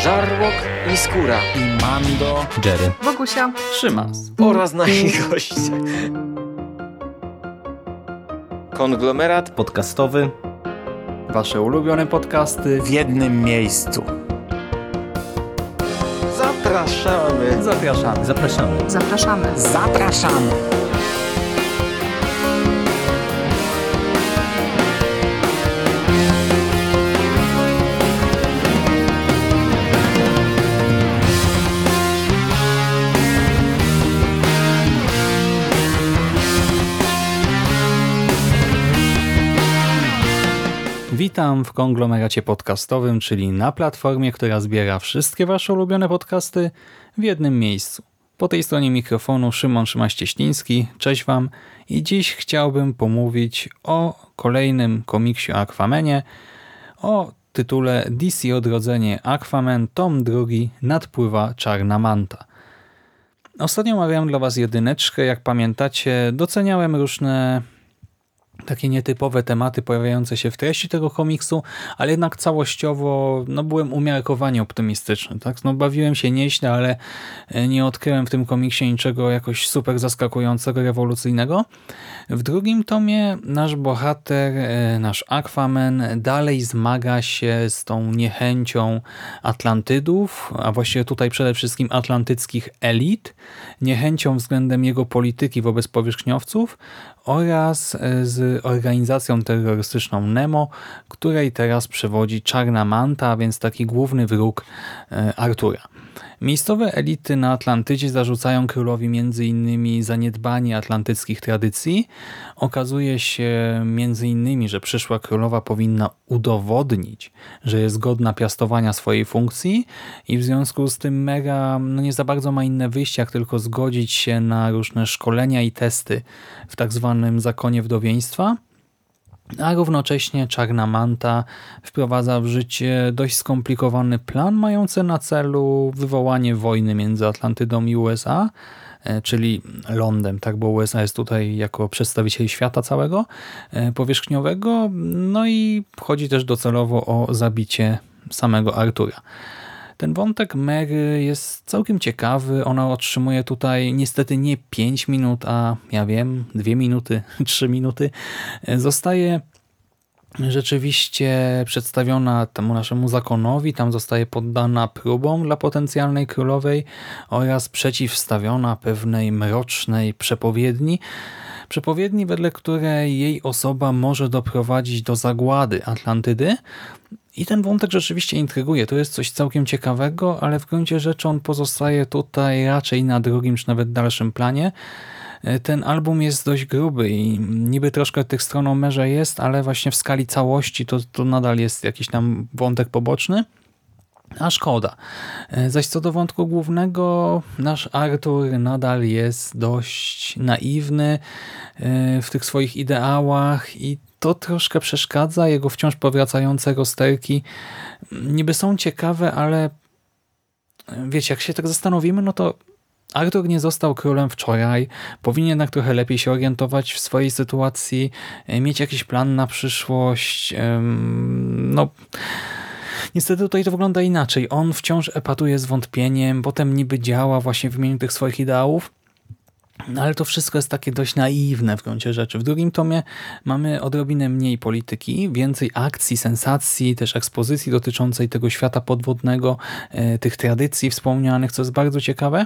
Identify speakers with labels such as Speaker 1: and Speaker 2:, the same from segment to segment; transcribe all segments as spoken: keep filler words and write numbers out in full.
Speaker 1: Żarłok i Skóra
Speaker 2: i Mando,
Speaker 3: Jerry,
Speaker 4: Wokusia,
Speaker 3: Szymas
Speaker 1: oraz nasi goście. Konglomerat
Speaker 3: podcastowy.
Speaker 2: Wasze ulubione podcasty w jednym miejscu.
Speaker 1: Zapraszamy.
Speaker 3: Zapraszamy. Zapraszamy.
Speaker 4: zapraszamy.
Speaker 2: Zapraszamy.
Speaker 3: Witam w konglomeracie podcastowym, czyli na platformie, która zbiera wszystkie wasze ulubione podcasty w jednym miejscu. Po tej stronie mikrofonu Szymon Szymaś-Cieśliński. Cześć wam i dziś chciałbym pomówić o kolejnym komiksie o Aquamanie, o tytule D C Odrodzenie Aquaman, tom drugi, Nadpływa Czarna Manta. Ostatnio omawiałem dla was jedyneczkę, jak pamiętacie, doceniałem różne takie nietypowe tematy pojawiające się w treści tego komiksu, ale jednak całościowo no, byłem umiarkowanie optymistyczny. Tak? No, bawiłem się nieźle, ale nie odkryłem w tym komiksie niczego jakoś super zaskakującego, rewolucyjnego. W drugim tomie nasz bohater, nasz Aquaman dalej zmaga się z tą niechęcią Atlantydów, a właściwie tutaj przede wszystkim atlantyckich elit, niechęcią względem jego polityki wobec powierzchniowców oraz z organizacją terrorystyczną Nemo, której teraz przewodzi Czarna Manta, a więc taki główny wróg Artura. Miejscowe elity na Atlantydzie zarzucają królowi między innymi zaniedbanie atlantyckich tradycji. Okazuje się między innymi, że przyszła królowa powinna udowodnić, że jest godna piastowania swojej funkcji i w związku z tym Mera no nie za bardzo ma inne wyjście, jak tylko zgodzić się na różne szkolenia i testy w tak zwanym zakonie wdowieństwa. A równocześnie Czarna Manta wprowadza w życie dość skomplikowany plan mający na celu wywołanie wojny między Atlantydą i U S A, czyli lądem, tak, bo U S A jest tutaj jako przedstawiciel świata całego powierzchniowego, no i chodzi też docelowo o zabicie samego Artura. Ten wątek Mary jest całkiem ciekawy. Ona otrzymuje tutaj niestety nie pięć minut, a ja wiem, dwie minuty, trzy minuty. Zostaje rzeczywiście przedstawiona temu naszemu zakonowi, tam zostaje poddana próbom dla potencjalnej królowej oraz przeciwstawiona pewnej mrocznej przepowiedni. Przepowiedni, wedle której jej osoba może doprowadzić do zagłady Atlantydy. I ten wątek rzeczywiście intryguje. To jest coś całkiem ciekawego, ale w gruncie rzeczy on pozostaje tutaj raczej na drugim czy nawet dalszym planie. Ten album jest dość gruby i niby troszkę tych stron o Merze jest, ale właśnie w skali całości to, to nadal jest jakiś tam wątek poboczny. A szkoda. Zaś co do wątku głównego, nasz Artur nadal jest dość naiwny w tych swoich ideałach i to troszkę przeszkadza. Jego wciąż powracające rozterki niby są ciekawe, ale wiecie, jak się tak zastanowimy, no to Artur nie został królem wczoraj, powinien jednak trochę lepiej się orientować w swojej sytuacji, mieć jakiś plan na przyszłość. No, niestety tutaj to wygląda inaczej. On wciąż epatuje zwątpieniem, potem niby działa właśnie w imieniu tych swoich ideałów, no ale to wszystko jest takie dość naiwne w gruncie rzeczy. W drugim tomie mamy odrobinę mniej polityki, więcej akcji, sensacji, też ekspozycji dotyczącej tego świata podwodnego, tych tradycji wspomnianych, co jest bardzo ciekawe.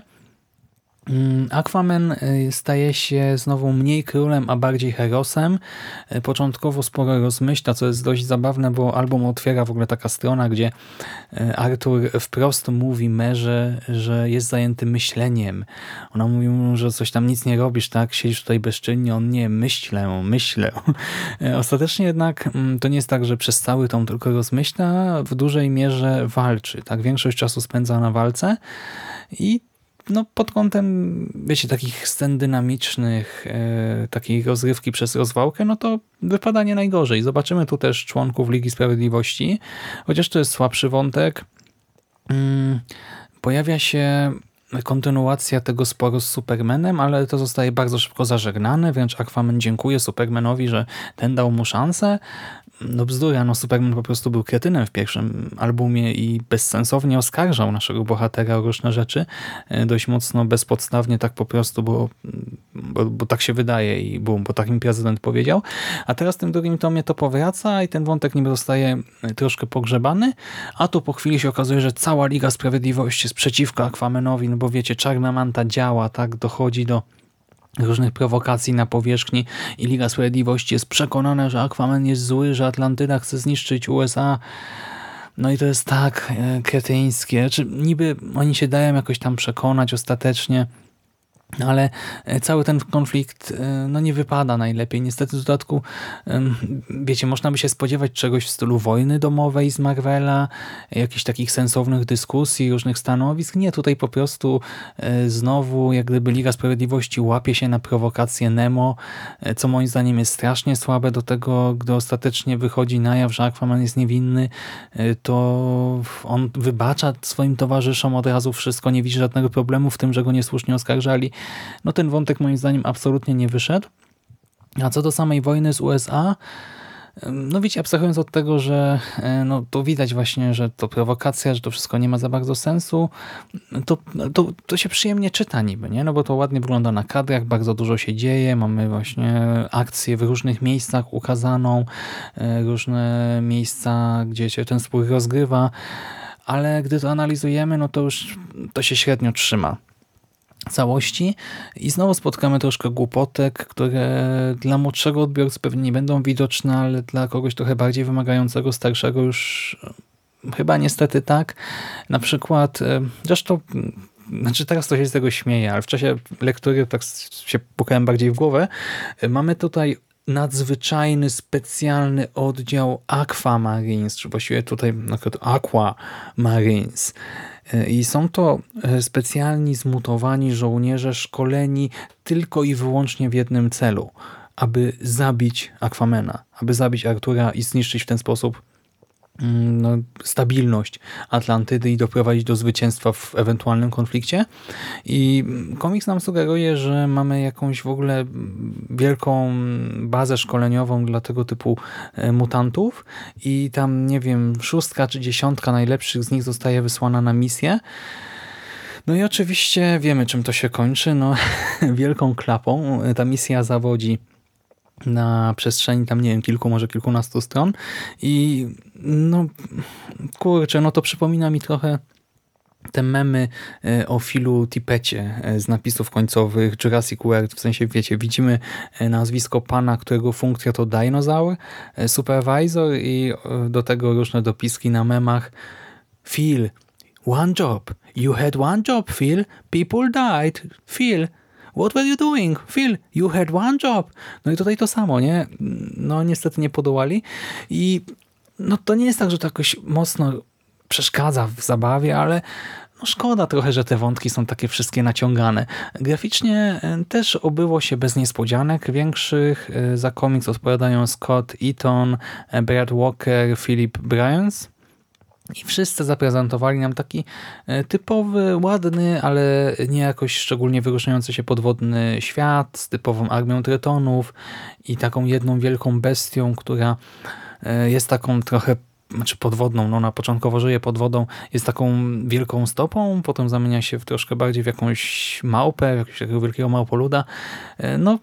Speaker 3: Aquaman staje się znowu mniej królem, a bardziej herosem. Początkowo sporo rozmyśla, co jest dość zabawne, bo album otwiera w ogóle taka strona, gdzie Artur wprost mówi Merze, że jest zajęty myśleniem. Ona mówi mu, że coś tam nic nie robisz, tak? Siedzisz tutaj bezczynnie, on nie, myślę, myślę. Ostatecznie jednak to nie jest tak, że przez cały tom tylko rozmyśla, w dużej mierze walczy. Tak? Większość czasu spędza na walce i no pod kątem, wiecie, takich scen dynamicznych, e, takiej rozrywki przez rozwałkę, no to wypada nie najgorzej. Zobaczymy tu też członków Ligi Sprawiedliwości, chociaż to jest słabszy wątek. Hmm, pojawia się kontynuacja tego sporu z Supermanem, ale to zostaje bardzo szybko zażegnane, wręcz Aquaman dziękuje Supermanowi, że ten dał mu szansę. no bzdura, no Superman po prostu był kretynem w pierwszym albumie i bezsensownie oskarżał naszego bohatera o różne rzeczy, dość mocno bezpodstawnie, tak po prostu, bo, bo, bo tak się wydaje i bum, bo tak mi prezydent powiedział. A teraz w tym drugim tomie to powraca i ten wątek niby zostaje troszkę pogrzebany, a tu po chwili się okazuje, że cała Liga Sprawiedliwości jest przeciwko Aquamanowi, no bo wiecie, czarna manta działa, tak, dochodzi do różnych prowokacji na powierzchni i Liga Sprawiedliwości jest przekonana, że Aquaman jest zły, że Atlantyda chce zniszczyć U S A. No i to jest tak e, kretyńskie. Znaczy, niby oni się dają jakoś tam przekonać ostatecznie, ale cały ten konflikt no nie wypada najlepiej. Niestety w dodatku, wiecie, można by się spodziewać czegoś w stylu wojny domowej z Marvela, jakichś takich sensownych dyskusji, różnych stanowisk. Nie, tutaj po prostu znowu jak gdyby Liga Sprawiedliwości łapie się na prowokację Nemo, co moim zdaniem jest strasznie słabe. Do tego, gdy ostatecznie wychodzi na jaw, że Aquaman jest niewinny, to on wybacza swoim towarzyszom od razu wszystko, nie widzi żadnego problemu w tym, że go niesłusznie oskarżali. No ten wątek moim zdaniem absolutnie nie wyszedł. A co do samej wojny z U S A, no wiecie, abstrahując od tego, że no to widać właśnie, że to prowokacja, że to wszystko nie ma za bardzo sensu, to, to, to się przyjemnie czyta niby, nie? No bo to ładnie wygląda na kadrach, bardzo dużo się dzieje, mamy właśnie akcje w różnych miejscach ukazaną, różne miejsca, gdzie się ten spór rozgrywa, ale gdy to analizujemy, no to już to się średnio trzyma całości i znowu spotkamy troszkę głupotek, które dla młodszego odbiorcy pewnie nie będą widoczne, ale dla kogoś trochę bardziej wymagającego, starszego już chyba niestety tak. Na przykład, zresztą znaczy teraz to się z tego śmieje, ale w czasie lektury tak się pukałem bardziej w głowę. Mamy tutaj nadzwyczajny, specjalny oddział Aquamarines, czy właściwie tutaj na przykład Aquamarines. I są to specjalni, zmutowani żołnierze szkoleni tylko i wyłącznie w jednym celu, aby zabić Aquamana, aby zabić Artura i zniszczyć w ten sposób no, stabilność Atlantydy i doprowadzić do zwycięstwa w ewentualnym konflikcie. I komiks nam sugeruje, że mamy jakąś w ogóle wielką bazę szkoleniową dla tego typu mutantów i tam, nie wiem, szóstka czy dziesiątka najlepszych z nich zostaje wysłana na misję. No i oczywiście wiemy, czym to się kończy. No, wielką klapą. Ta misja zawodzi na przestrzeni tam, nie wiem, kilku, może kilkunastu stron i no kurczę, no to przypomina mi trochę te memy o Philu Tippecie z napisów końcowych Jurassic World, w sensie wiecie, widzimy nazwisko pana, którego funkcja to dinozaur, supervisor i do tego różne dopiski na memach. Phil, one job. You had one job, Phil. People died. Phil, what were you doing? Phil, you had one job. No i tutaj to samo, nie? No niestety nie podołali. I no to nie jest tak, że to jakoś mocno przeszkadza w zabawie, ale no szkoda trochę, że te wątki są takie wszystkie naciągane. Graficznie też obyło się bez niespodzianek większych. Za komiks odpowiadają Scott Eaton, Brad Walker, Philip Bryans. I wszyscy zaprezentowali nam taki typowy, ładny, ale nie jakoś szczególnie wyróżniający się podwodny świat z typową armią trytonów i taką jedną wielką bestią, która jest taką trochę, znaczy podwodną, no ona początkowo żyje pod wodą, jest taką wielką stopą, potem zamienia się w troszkę bardziej w jakąś małpę, jakiegoś takiego wielkiego małpoluda. No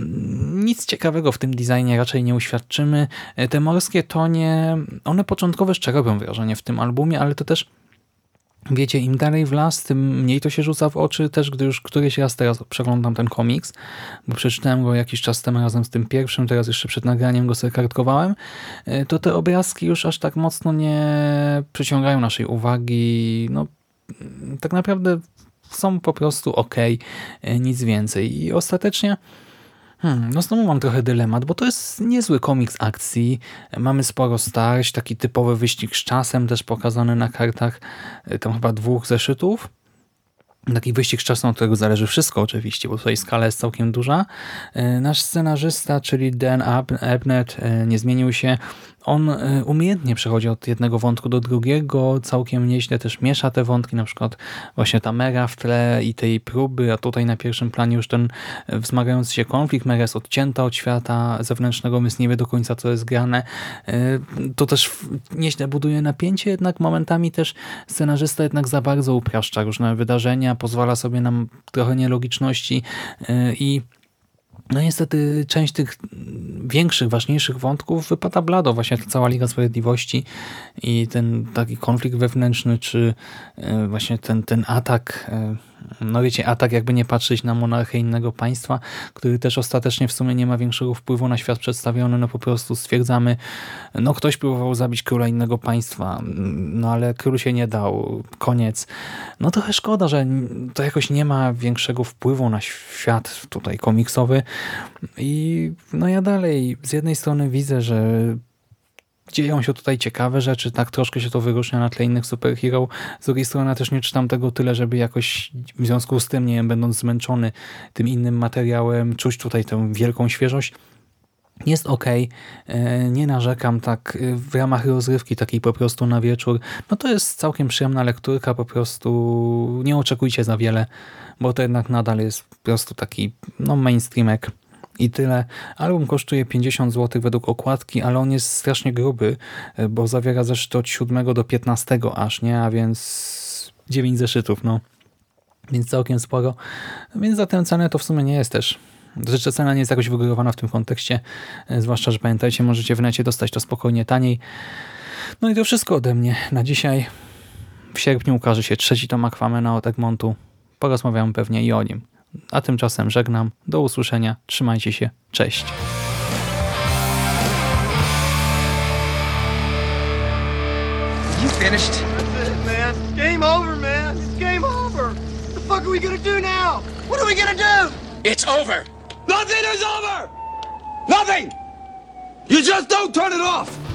Speaker 3: nic ciekawego w tym designie raczej nie uświadczymy. Te morskie tonie, one początkowo jeszcze robią wrażenie w tym albumie, ale to też wiecie, im dalej w las, tym mniej to się rzuca w oczy, też gdy już któryś raz teraz przeglądam ten komiks, bo przeczytałem go jakiś czas temu razem z tym pierwszym, teraz jeszcze przed nagraniem go sobie kartkowałem, to te obrazki już aż tak mocno nie przyciągają naszej uwagi. No tak naprawdę są po prostu okej, nic więcej. I ostatecznie Hmm, no znowu mam trochę dylemat, bo to jest niezły komiks akcji. Mamy sporo starć, taki typowy wyścig z czasem też pokazany na kartach tam chyba dwóch zeszytów. Taki wyścig z czasem, od którego zależy wszystko oczywiście, bo tutaj skala jest całkiem duża. Nasz scenarzysta, czyli Dan Abnett, nie zmienił się. On y, umiejętnie przechodzi od jednego wątku do drugiego, całkiem nieźle też miesza te wątki, na przykład właśnie ta Mera w tle i tej próby, a tutaj na pierwszym planie już ten wzmagający się konflikt. Mera jest odcięta od świata zewnętrznego, więc nie wie do końca, co jest grane. Y, to też nieźle buduje napięcie, jednak momentami też scenarzysta jednak za bardzo upraszcza różne wydarzenia, pozwala sobie na trochę nielogiczności y, i no niestety część tych większych, ważniejszych wątków wypada blado. Właśnie ta cała Liga Sprawiedliwości i ten taki konflikt wewnętrzny, czy e, właśnie ten, ten atak, e, no wiecie, atak jakby nie patrzeć na monarchię innego państwa, który też ostatecznie w sumie nie ma większego wpływu na świat przedstawiony. No po prostu stwierdzamy, no ktoś próbował zabić króla innego państwa, no ale król się nie dał, koniec. No trochę szkoda, że to jakoś nie ma większego wpływu na świat tutaj komiksowy. I no ja dalej z jednej strony widzę, że dzieją się tutaj ciekawe rzeczy, tak troszkę się to wyróżnia na tle innych superhero. Z drugiej strony ja też nie czytam tego tyle, żeby jakoś w związku z tym, nie wiem, będąc zmęczony tym innym materiałem, czuć tutaj tę wielką świeżość. Jest okej, okay. Nie narzekam tak w ramach rozrywki takiej po prostu na wieczór. No to jest całkiem przyjemna lekturka, po prostu nie oczekujcie za wiele, bo to jednak nadal jest po prostu taki no mainstreamek i tyle. Album kosztuje pięćdziesiąt złotych według okładki, ale on jest strasznie gruby, bo zawiera zeszyty od siódmego do piętnastego aż, nie? A więc dziewięć zeszytów, no. Więc całkiem sporo. Więc za tę cenę to w sumie nie jest też. Życzę, cena nie jest jakoś wygórowana w tym kontekście, zwłaszcza, że pamiętajcie, możecie w necie dostać to spokojnie taniej. No i to wszystko ode mnie na dzisiaj. W sierpniu ukaże się trzeci tom Aquamana od Egmontu. Porozmawiamy pewnie i o nim. A tymczasem żegnam. Do usłyszenia. Trzymajcie się. Cześć.
Speaker 4: You finished?
Speaker 5: That's it, man. Game over, man. It's game over. What the fuck are we gonna do now? What are we gonna do?
Speaker 4: It's over.
Speaker 5: Nothing is over! Nothing! You just don't turn it off!